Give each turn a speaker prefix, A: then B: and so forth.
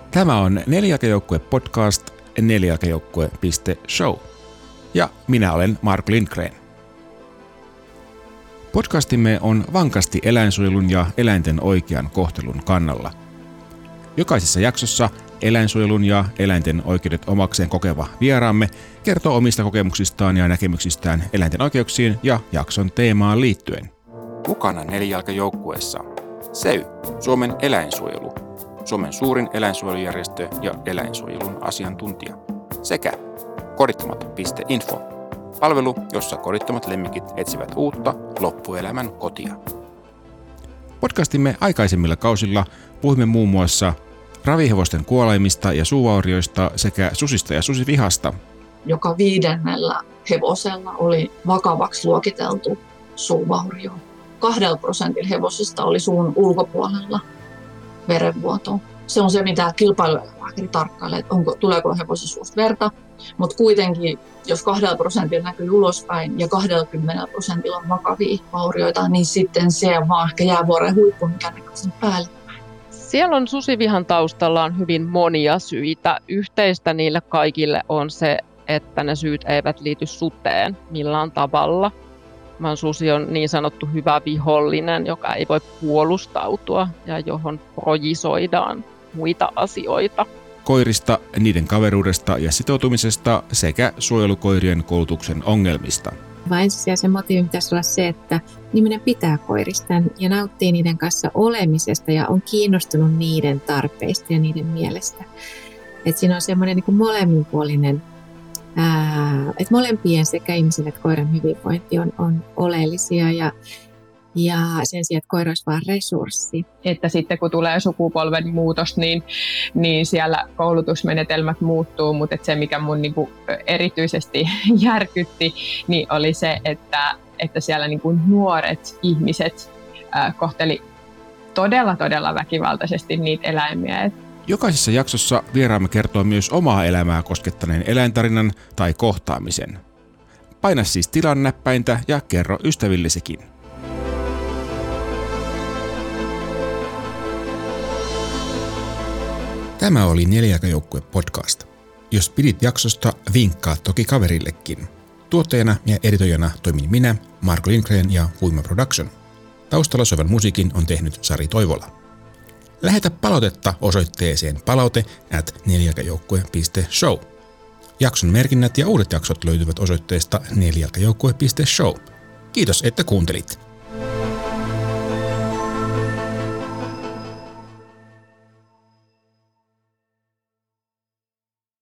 A: Tämä on Nelijalkajoukkue podcast nelijalkajoukkue.show ja minä olen Marko Lindgren. Podcastimme on vankasti eläinsuojelun ja eläinten oikean kohtelun kannalla. Jokaisessa jaksossa eläinsuojelun ja eläinten oikeudet omakseen kokeva vieraamme kertoo omista kokemuksistaan ja näkemyksistään eläinten oikeuksiin ja jakson teemaan liittyen. Mukana Nelijalkajoukkueessa SEY, Suomen eläinsuojelu, Suomen suurin eläinsuojelujärjestö ja eläinsuojelun asiantuntija, sekä kodittomat.info, palvelu, jossa kodittomat lemmikit etsivät uutta loppuelämän kotia. Podcastimme aikaisemmilla kausilla puhuimme muun muassa ravihevosten kuolaimista ja suuvaurioista sekä susista ja susivihasta.
B: Joka 5. hevosella oli vakavaksi luokiteltu suuvaurio. 2% hevosista oli suun ulkopuolella verenvuotoa. Se on se, mitä kilpailueläinlääkäri tarkkailee, että tuleeko hevosen suusta verta. Mutta kuitenkin, jos 2% näkyy ulospäin ja 20% on vakavia vaurioita, niin sitten se vaan ehkä jäävuoren huippu, mikä näkyy sen päälle.
C: Siellä on susivihan taustalla on hyvin monia syitä. Yhteistä niille kaikille on se, että ne syyt eivät liity suteen millään tavalla. Vaan susi on niin sanottu hyvä vihollinen, joka ei voi puolustautua ja johon projisoidaan muita asioita.
A: Koirista, niiden kaveruudesta ja sitoutumisesta sekä suojelukoirien koulutuksen ongelmista.
D: Vaan ensisijaisen motiivin pitäisi olla se, että ihminen pitää koirista ja nauttii niiden kanssa olemisesta ja on kiinnostunut niiden tarpeista ja niiden mielestä. Että siinä on semmoinen niin kuin molemminpuolinen, että molempien sekä ihmisen että koiran hyvinvointi on oleellisia ja sen sijaan, että koira olisi vain resurssi.
E: Että sitten kun tulee sukupolven muutos, niin siellä koulutusmenetelmät muuttuu, mutta se mikä mun niinku erityisesti järkytti, niin oli se, että siellä niinku nuoret ihmiset kohteli todella väkivaltaisesti niitä eläimiä.
A: Jokaisessa jaksossa vieraamme kertoo myös omaa elämää koskettaneen eläintarinan tai kohtaamisen. Paina siis tilan näppäintä ja kerro ystävillesikin. Tämä oli Nelijalkajoukkue podcast. Jos pidit jaksosta, vinkkaa toki kaverillekin. Tuottajana ja editoijana toimin minä, Marko Lindgren ja Huima Production. Taustalla soivan musiikin on tehnyt Sari Toivola. Lähetä palautetta osoitteeseen palaute@nelijalkajoukkue.show. Jakson merkinnät ja uudet jaksot löytyvät osoitteesta nelijalkajoukkue.show. Kiitos, että kuuntelit.